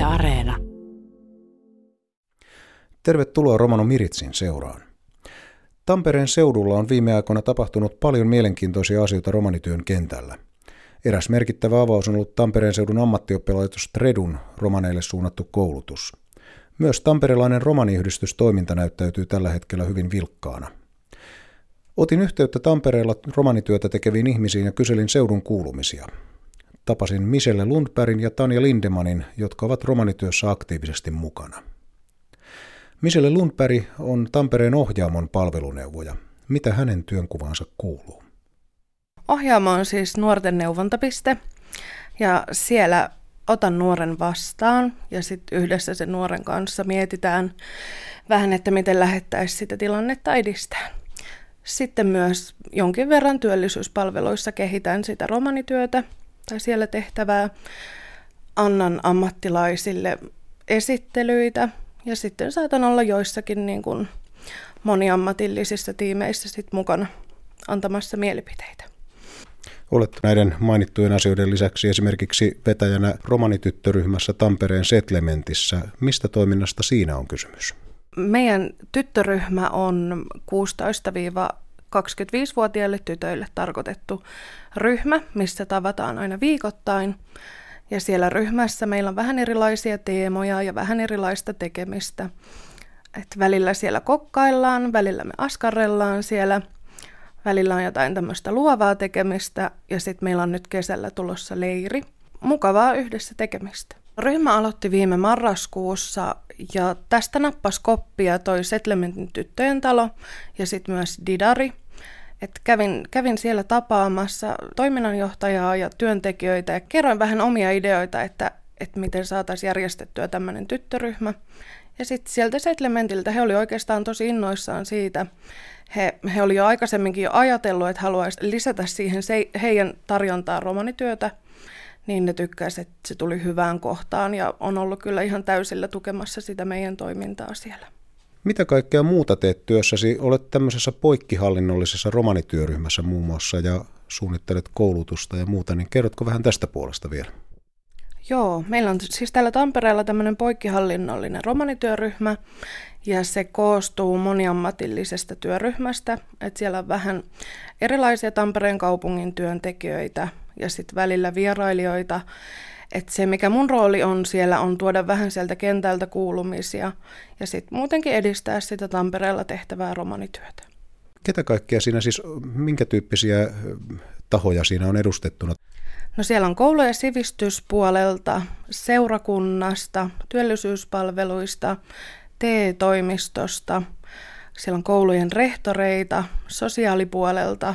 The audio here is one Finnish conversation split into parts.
Yle Areena. Tervetuloa Romano Miritsin seuraan. Tampereen seudulla on viime aikoina tapahtunut paljon mielenkiintoisia asioita romanityön kentällä. Eräs merkittävä avaus on ollut Tampereen seudun ammattioppilaitos Tredun romaneille suunnattu koulutus. Myös tamperelainen romaniyhdistystoiminta näyttäytyy tällä hetkellä hyvin vilkkaana. Otin yhteyttä Tampereella romanityötä tekeviin ihmisiin ja kyselin seudun kuulumisia. Tapasin Michelle Lundbergin ja Tanja Lindemanin, jotka ovat romanityössä aktiivisesti mukana. Michelle Lundberg on Tampereen Ohjaamon palveluneuvoja. Mitä hänen työnkuvaansa kuuluu? Ohjaamo on siis nuorten neuvontapiste ja siellä otan nuoren vastaan ja sitten yhdessä sen nuoren kanssa mietitään vähän, että miten lähettäisiin sitä tilannetta edistään. Sitten myös jonkin verran työllisyyspalveluissa kehitän sitä romanityötä tai siellä tehtävää. Annan ammattilaisille esittelyitä ja sitten saatan olla joissakin niin kuin moniammatillisissa tiimeissä sit mukana antamassa mielipiteitä. Olet näiden mainittujen asioiden lisäksi esimerkiksi vetäjänä romanityttöryhmässä Tampereen Settlementissä. Mistä toiminnasta siinä on kysymys? Meidän tyttöryhmä on 16-25-vuotiaille tytöille tarkoitettu ryhmä, missä tavataan aina viikoittain. Ja siellä ryhmässä meillä on vähän erilaisia teemoja ja vähän erilaista tekemistä. Et välillä siellä kokkaillaan, välillä me askarrellaan siellä, välillä on jotain tämmöistä luovaa tekemistä ja sitten meillä on nyt kesällä tulossa leiri. Mukavaa yhdessä tekemistä. Ryhmä aloitti viime marraskuussa ja tästä nappasi koppia toi Settlementin tyttöjen talo ja sitten myös Didari. Et kävin siellä tapaamassa toiminnanjohtajaa ja työntekijöitä ja kerroin vähän omia ideoita, että miten saataisiin järjestettyä tämmöinen tyttöryhmä. Ja sitten sieltä Settlementiltä he oli oikeastaan tosi innoissaan siitä. He oli jo aikaisemminkin ajatellut, että haluaisi lisätä siihen heidän tarjontaa romanityötä, niin ne tykkäsivät, että se tuli hyvään kohtaan ja on ollut kyllä ihan täysillä tukemassa sitä meidän toimintaa siellä. Mitä kaikkea muuta teet työssäsi? Olet tämmöisessä poikkihallinnollisessa romanityöryhmässä muun muassa ja suunnittelet koulutusta ja muuta, niin kerrotko vähän tästä puolesta vielä? Joo, meillä on siis täällä Tampereella tämmöinen poikkihallinnollinen romanityöryhmä ja se koostuu moniammatillisesta työryhmästä, että siellä on vähän erilaisia Tampereen kaupungin työntekijöitä ja sitten välillä vierailijoita. Että se, mikä mun rooli on siellä, on tuoda vähän sieltä kentältä kuulumisia ja sitten muutenkin edistää sitä Tampereella tehtävää romanityötä. Ketä kaikkea siinä siis, minkä tyyppisiä tahoja siinä on edustettuna? No siellä on koulu- ja sivistyspuolelta, seurakunnasta, työllisyyspalveluista, TE-toimistosta, siellä on koulujen rehtoreita, sosiaalipuolelta,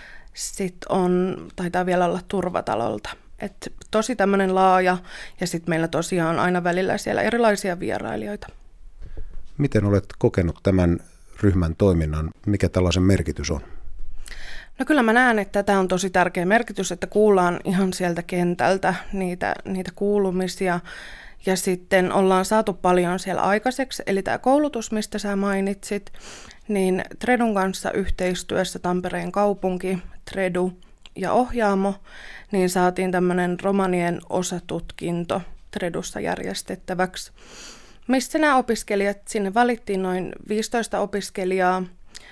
sitten taitaa vielä olla turvatalolta. Et tosi tämmöinen laaja ja sitten meillä tosiaan aina välillä siellä erilaisia vierailijoita. Miten olet kokenut tämän ryhmän toiminnan? Mikä tällaisen merkitys on? No kyllä mä näen, että tämä on tosi tärkeä merkitys, että kuullaan ihan sieltä kentältä niitä kuulumisia ja sitten ollaan saatu paljon siellä aikaiseksi. Eli tämä koulutus, mistä sä mainitsit, niin Tredun kanssa yhteistyössä Tampereen kaupunki, Tredu ja Ohjaamo, niin saatiin tämmöinen romanien osatutkinto Tredussa järjestettäväksi, missä nämä opiskelijat, sinne valittiin noin 15 opiskelijaa,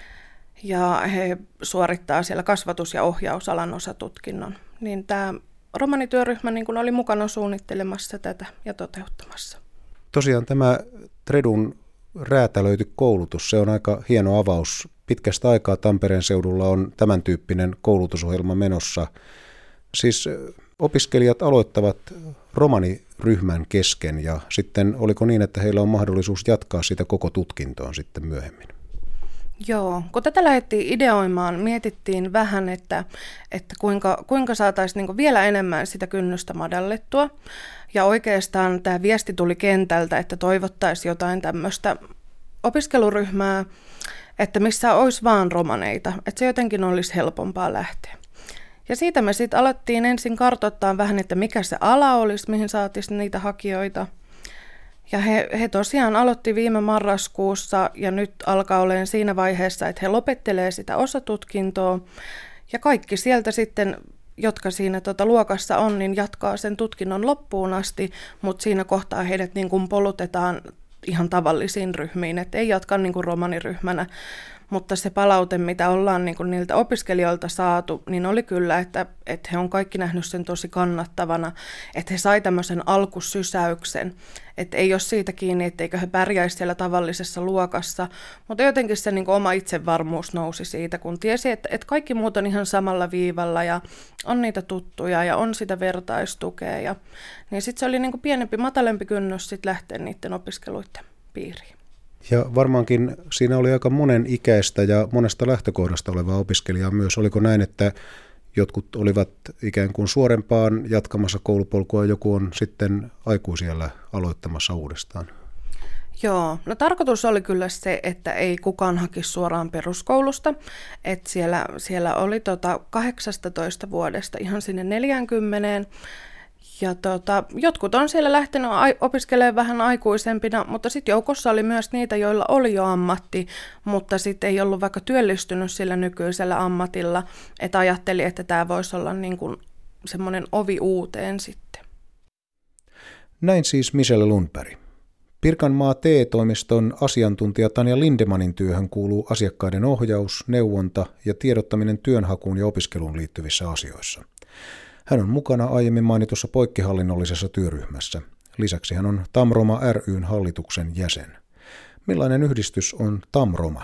ja he suorittaa siellä kasvatus- ja ohjausalan osatutkinnon. Niin tämä romanityöryhmä niin kun oli mukana suunnittelemassa tätä ja toteuttamassa. Tosiaan tämä Tredun räätälöity koulutus, se on aika hieno avaus. Pitkästä aikaa Tampereen seudulla on tämän tyyppinen koulutusohjelma menossa. Siis opiskelijat aloittavat romaniryhmän kesken ja sitten oliko niin, että heillä on mahdollisuus jatkaa sitä koko tutkintoon sitten myöhemmin? Joo, kun tätä lähdettiin ideoimaan, mietittiin vähän, että kuinka saataisiin niin vielä enemmän sitä kynnystä madallettua. Ja oikeastaan tämä viesti tuli kentältä, että toivottaisiin jotain tämmöistä opiskeluryhmää, että missä olisi vaan romaneita, että se jotenkin olisi helpompaa lähteä. Ja siitä me sitten alettiin ensin kartoittaa vähän, että mikä se ala olisi, mihin saataisiin niitä hakijoita. Ja he tosiaan aloitti viime marraskuussa ja nyt alkaa olemaan siinä vaiheessa, että he lopettelee sitä osatutkintoa. Ja kaikki sieltä sitten jotka siinä luokassa on, niin jatkaa sen tutkinnon loppuun asti, mutta siinä kohtaa heidät niin kuin polutetaan ihan tavallisiin ryhmiin, että ei jatka niin kuin romaniryhmänä. Mutta se palaute, mitä ollaan niin kuin niiltä opiskelijoilta saatu, niin oli kyllä, että he on kaikki nähnyt sen tosi kannattavana, että he sai tämmöisen alkusysäyksen, että ei ole siitä kiinni, etteikö he pärjäisi siellä tavallisessa luokassa, mutta jotenkin se niin kuin oma itsevarmuus nousi siitä, kun tiesi, että kaikki muut on ihan samalla viivalla ja on niitä tuttuja ja on sitä vertaistukea, niin sitten se oli niin kuin pienempi, matalempi kynnys sitten lähteä niiden opiskeluiden piiriin. Ja varmaankin siinä oli aika monen ikäistä ja monesta lähtökohdasta olevaa opiskelijaa myös. Oliko näin, että jotkut olivat ikään kuin suorempaan jatkamassa koulupolkua, joku on sitten aikuisiällä aloittamassa uudestaan? Joo, no tarkoitus oli kyllä se, että ei kukaan hakisi suoraan peruskoulusta, että siellä oli 18 vuodesta ihan sinne 40. Ja jotkut on siellä lähtenyt opiskelemaan vähän aikuisempina, mutta sitten joukossa oli myös niitä, joilla oli jo ammatti, mutta sitten ei ollut vaikka työllistynyt sillä nykyisellä ammatilla, että ajatteli, että tämä voisi olla niin kuin semmoinen ovi uuteen sitten. Näin siis Michelle Lundberg. Pirkanmaa TE-toimiston asiantuntija Tanja Lindemanin työhön kuuluu asiakkaiden ohjaus, neuvonta ja tiedottaminen työnhakuun ja opiskeluun liittyvissä asioissa. Hän on mukana aiemmin mainitussa poikkihallinnollisessa työryhmässä. Lisäksi hän on TAMROMA ry:n hallituksen jäsen. Millainen yhdistys on TAMROMA?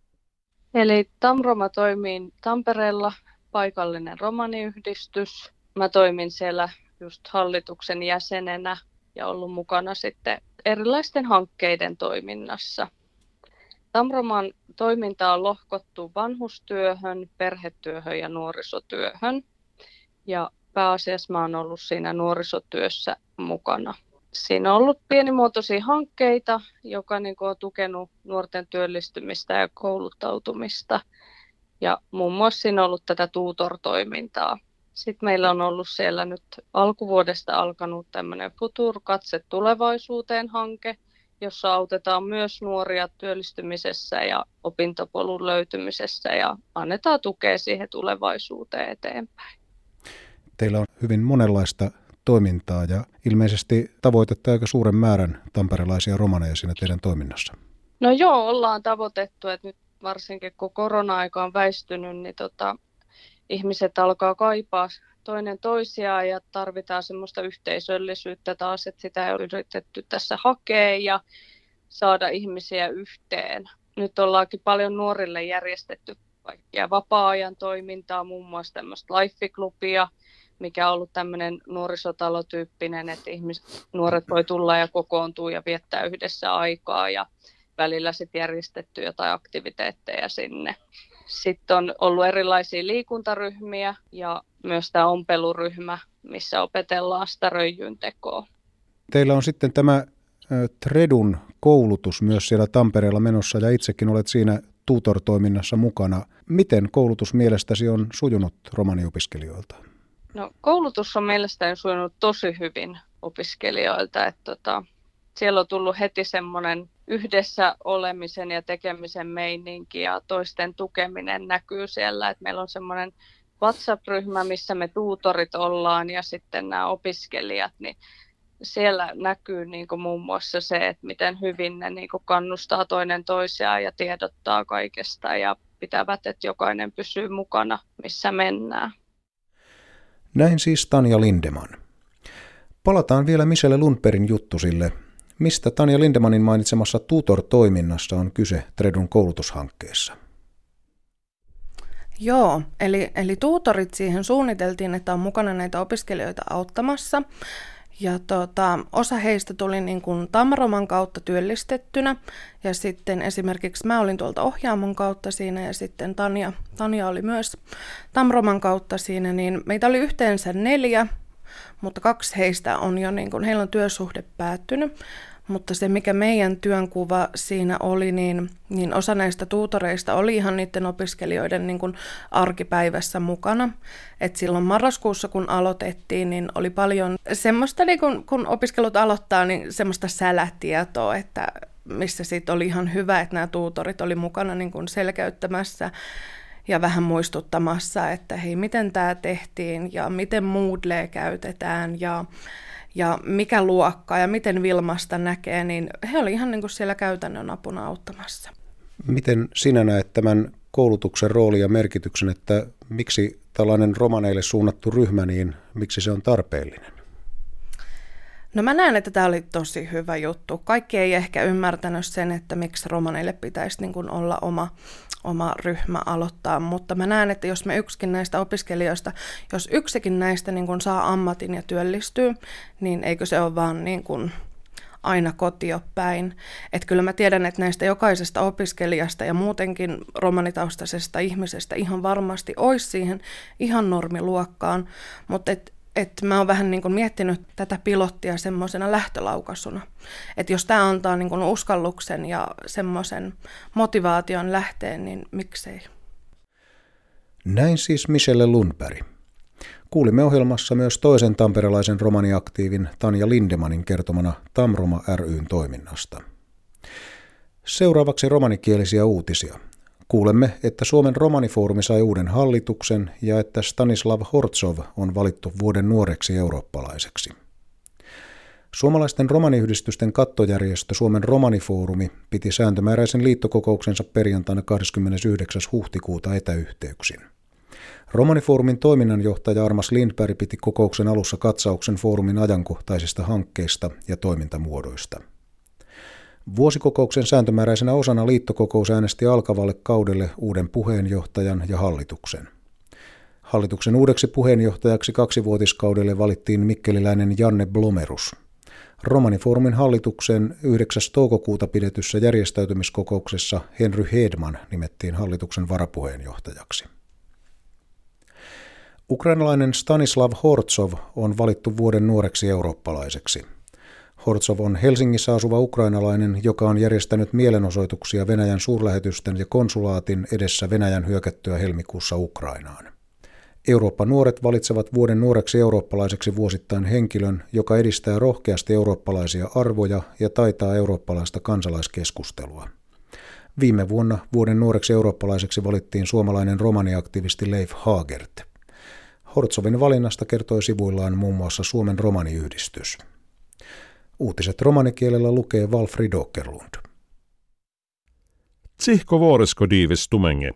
Eli TAMROMA toimii Tampereella, paikallinen romaniyhdistys. Mä toimin siellä just hallituksen jäsenenä ja ollut mukana sitten erilaisten hankkeiden toiminnassa. TAMROMAn toiminta on lohkottu vanhustyöhön, perhetyöhön ja nuorisotyöhön. Ja pääasiassa mä oon ollut siinä nuorisotyössä mukana. Siinä on ollut pienimuotoisia hankkeita, joka on tukenut nuorten työllistymistä ja kouluttautumista. Ja muun muassa siinä on ollut tätä tutor-toimintaa. Sitten meillä on ollut siellä nyt alkuvuodesta alkanut tämmöinen Futur-katse tulevaisuuteen -hanke, jossa autetaan myös nuoria työllistymisessä ja opintopolun löytymisessä ja annetaan tukea siihen tulevaisuuteen eteenpäin. Teillä on hyvin monenlaista toimintaa ja ilmeisesti tavoitetta aika suuren määrän tamperelaisia romaneja siinä teidän toiminnassa. No joo, ollaan tavoitettu, että nyt varsinkin kun korona-aika on väistynyt, niin ihmiset alkaa kaipaa toinen toisiaan ja tarvitaan semmoista yhteisöllisyyttä taas, että sitä ei ole yritetty tässä hakea ja saada ihmisiä yhteen. Nyt ollaankin paljon nuorille järjestetty kaikkia vapaa-ajan toimintaa, muun muassa tämmöistä Life-klubia, mikä on ollut tämmöinen nuorisotalotyyppinen, että nuoret voi tulla ja kokoontua ja viettää yhdessä aikaa ja välillä sitten järjestetty jotain aktiviteetteja sinne. Sitten on ollut erilaisia liikuntaryhmiä ja myös tämä ompeluryhmä, missä opetellaan sitä röijyntekoa. Teillä on sitten tämä Tredun koulutus myös siellä Tampereella menossa ja itsekin olet siinä tutor-toiminnassa mukana. Miten koulutus mielestäsi on sujunut romaniopiskelijoilta? No, koulutus on mielestäni sujunut tosi hyvin opiskelijoilta. Siellä on tullut heti semmoinen yhdessä olemisen ja tekemisen meininki ja toisten tukeminen näkyy siellä. Että meillä on semmoinen WhatsApp-ryhmä, missä me tuutorit ollaan ja sitten nämä opiskelijat, niin siellä näkyy muun muassa se, että miten hyvin ne kannustaa toinen toisiaan ja tiedottaa kaikesta ja pitävät, että jokainen pysyy mukana, missä mennään. Näin siis Tanja Lindeman. Palataan vielä Michelle Lundbergin juttusille. Mistä Tanja Lindemanin mainitsemassa tutor-toiminnassa on kyse Tredun koulutushankkeessa? Joo, eli tutorit siihen suunniteltiin, että on mukana näitä opiskelijoita auttamassa. Ja osa heistä tuli niin kuin TAMROMAn kautta työllistettynä ja sitten esimerkiksi mä olin tuolta Ohjaamon kautta siinä ja sitten Tanja oli myös TAMROMAn kautta siinä, niin meitä oli yhteensä 4, mutta 2 heistä on jo, niin kuin, heillä on työsuhde päättynyt. Mutta se, mikä meidän työnkuva siinä oli, niin osa näistä tuutoreista oli ihan niiden opiskelijoiden niin kuin arkipäivässä mukana. Et silloin marraskuussa, kun aloitettiin, niin oli paljon semmoista, niin kun opiskelut aloittaa, niin semmoista sälätietoa, missä sitten oli ihan hyvä, että nämä tuutorit oli mukana niin kuin selkeyttämässä ja vähän muistuttamassa, että hei, miten tämä tehtiin ja miten Moodlea käytetään ja mikä luokka ja miten Vilmasta näkee, niin he olivat ihan niin kuin siellä käytännön apuna auttamassa. Miten sinä näet tämän koulutuksen rooli ja merkityksen, että miksi tällainen romaneille suunnattu ryhmä, niin miksi se on tarpeellinen? No mä näen, että tämä oli tosi hyvä juttu. Kaikki ei ehkä ymmärtänyt sen, että miksi romaneille pitäisi niin kuin olla oma ryhmä aloittaa, mutta mä näen, että jos me yksikin näistä opiskelijoista, jos yksikin näistä niin kuin saa ammatin ja työllistyy, niin eikö se ole vaan niin kuin aina kotiin päin. Että kyllä mä tiedän, että näistä jokaisesta opiskelijasta ja muutenkin romanitaustaisesta ihmisestä ihan varmasti olisi siihen ihan normiluokkaan, mutta että mä oon vähän niin kuin miettinyt tätä pilottia semmoisena lähtölaukaisuna. Että jos tämä antaa niin kuin uskalluksen ja semmoisen motivaation lähteen, niin miksei? Näin siis Michelle Lundberg. Kuulimme ohjelmassa myös toisen tamperelaisen romaniaktiivin Tanja Lindemanin kertomana Tamroma ry:n toiminnasta. Seuraavaksi romanikielisiä uutisia. Kuulemme, että Suomen romanifoorumi sai uuden hallituksen ja että Stanislav Hortzov on valittu vuoden nuoreksi eurooppalaiseksi. Suomalaisten romaniyhdistysten kattojärjestö Suomen romanifoorumi piti sääntömääräisen liittokokouksensa perjantaina 29. huhtikuuta etäyhteyksin. Romanifoorumin toiminnanjohtaja Armas Lindberg piti kokouksen alussa katsauksen foorumin ajankohtaisista hankkeista ja toimintamuodoista. Vuosikokouksen sääntömääräisenä osana liittokokous äänesti alkavalle kaudelle uuden puheenjohtajan ja hallituksen. Hallituksen uudeksi puheenjohtajaksi 2-vuotiskaudelle valittiin mikkeliläinen Janne Blomerus. Romanifoorumin hallituksen 9. toukokuuta pidetyssä järjestäytymiskokouksessa Henry Hedman nimettiin hallituksen varapuheenjohtajaksi. Ukrainalainen Stanislav Hortzov on valittu vuoden nuoreksi eurooppalaiseksi. Hortzov on Helsingissä asuva ukrainalainen, joka on järjestänyt mielenosoituksia Venäjän suurlähetysten ja konsulaatin edessä Venäjän hyökättyä helmikuussa Ukrainaan. Eurooppa-nuoret valitsevat vuoden nuoreksi eurooppalaiseksi vuosittain henkilön, joka edistää rohkeasti eurooppalaisia arvoja ja taitaa eurooppalaista kansalaiskeskustelua. Viime vuonna vuoden nuoreksi eurooppalaiseksi valittiin suomalainen romaniaktivisti Leif Hagert. Hortzovin valinnasta kertoi sivuillaan muun muassa Suomen romaniyhdistys. Uutiset romanikielellä lukee Valfrid Åkerlund. Tsihko vuoresko diives tumenge.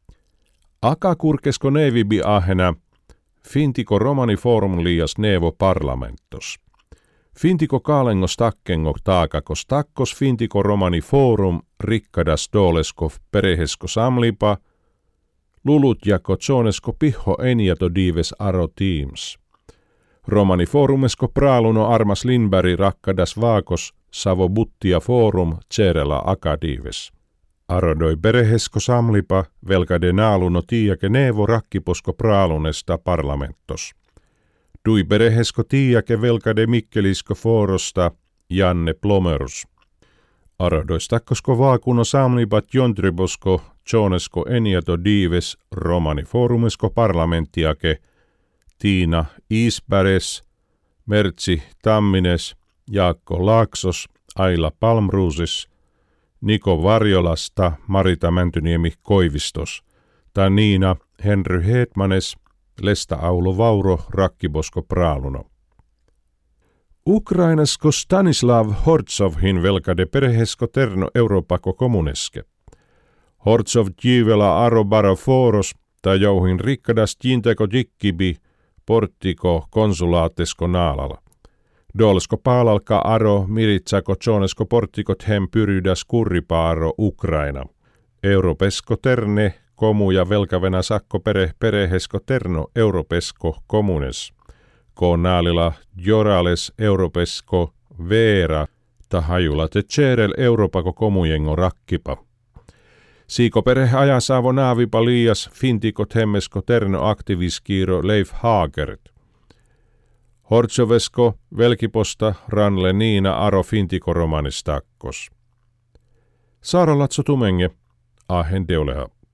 Aka kurkesko nevibi ahena, fintiko romaniforum liias nevo parlamentos. Fintiko kaalengo stakkengo taakakos takkos fintiko romaniforum rikkadas dolesko perehesko samlipa, lulut jako tsonesko piho eniato diives aro teams. Romaniforumesko praaluno Armas Lindberg rakkadas vaakos savo buttia forum tserela akadives. Arodoi berehesko samlipa velkade naaluno tiiake nevo rakkiposko praalunesta parlamentos. Dui berehesko tiiake velkade mikkelisko forosta Janne Blomerus. Arodoi stakkosko vaakuno samlipat jontrybosko tjonesko eniato dives romaniforumesko parlamenttiake Tiina Isbergs, Mertsi Tammines, Jaakko Laaksos, Aila Palmruusis, Niko Varjolasta, Marita Mäntyniemi Koivistos, Niina Henry Hedmanes, Lesta Aulo Vauro, Rakkibosko Praaluno. Ukrainasko Stanislav Hortzovhin velkade perhesko terno Euroopako kommuneske. Hortzov jivela aro bara foros, tai jouhin rikkadas jinteko jikkibi, porttiko konsulaatesko naalala. Dolsko paalalka aro miritsako tjonesko porttikot hem pyrydas kurripaaro Ukraina. Europesko terne komu ja velkavena sakko perehesko terno europesko kommunes. Ko naalila jorales europesko veera tahajula te tserel Europako komujengo rakkipa. Siiko perhe ajasaavo naavipa liias fintikot hemmesko terno aktiviskiiro Leif Hagert. Hortzovesko velkiposta ranle Niina aro fintiko romanistakos. Saara Latso Tumenge, ahen deoleha.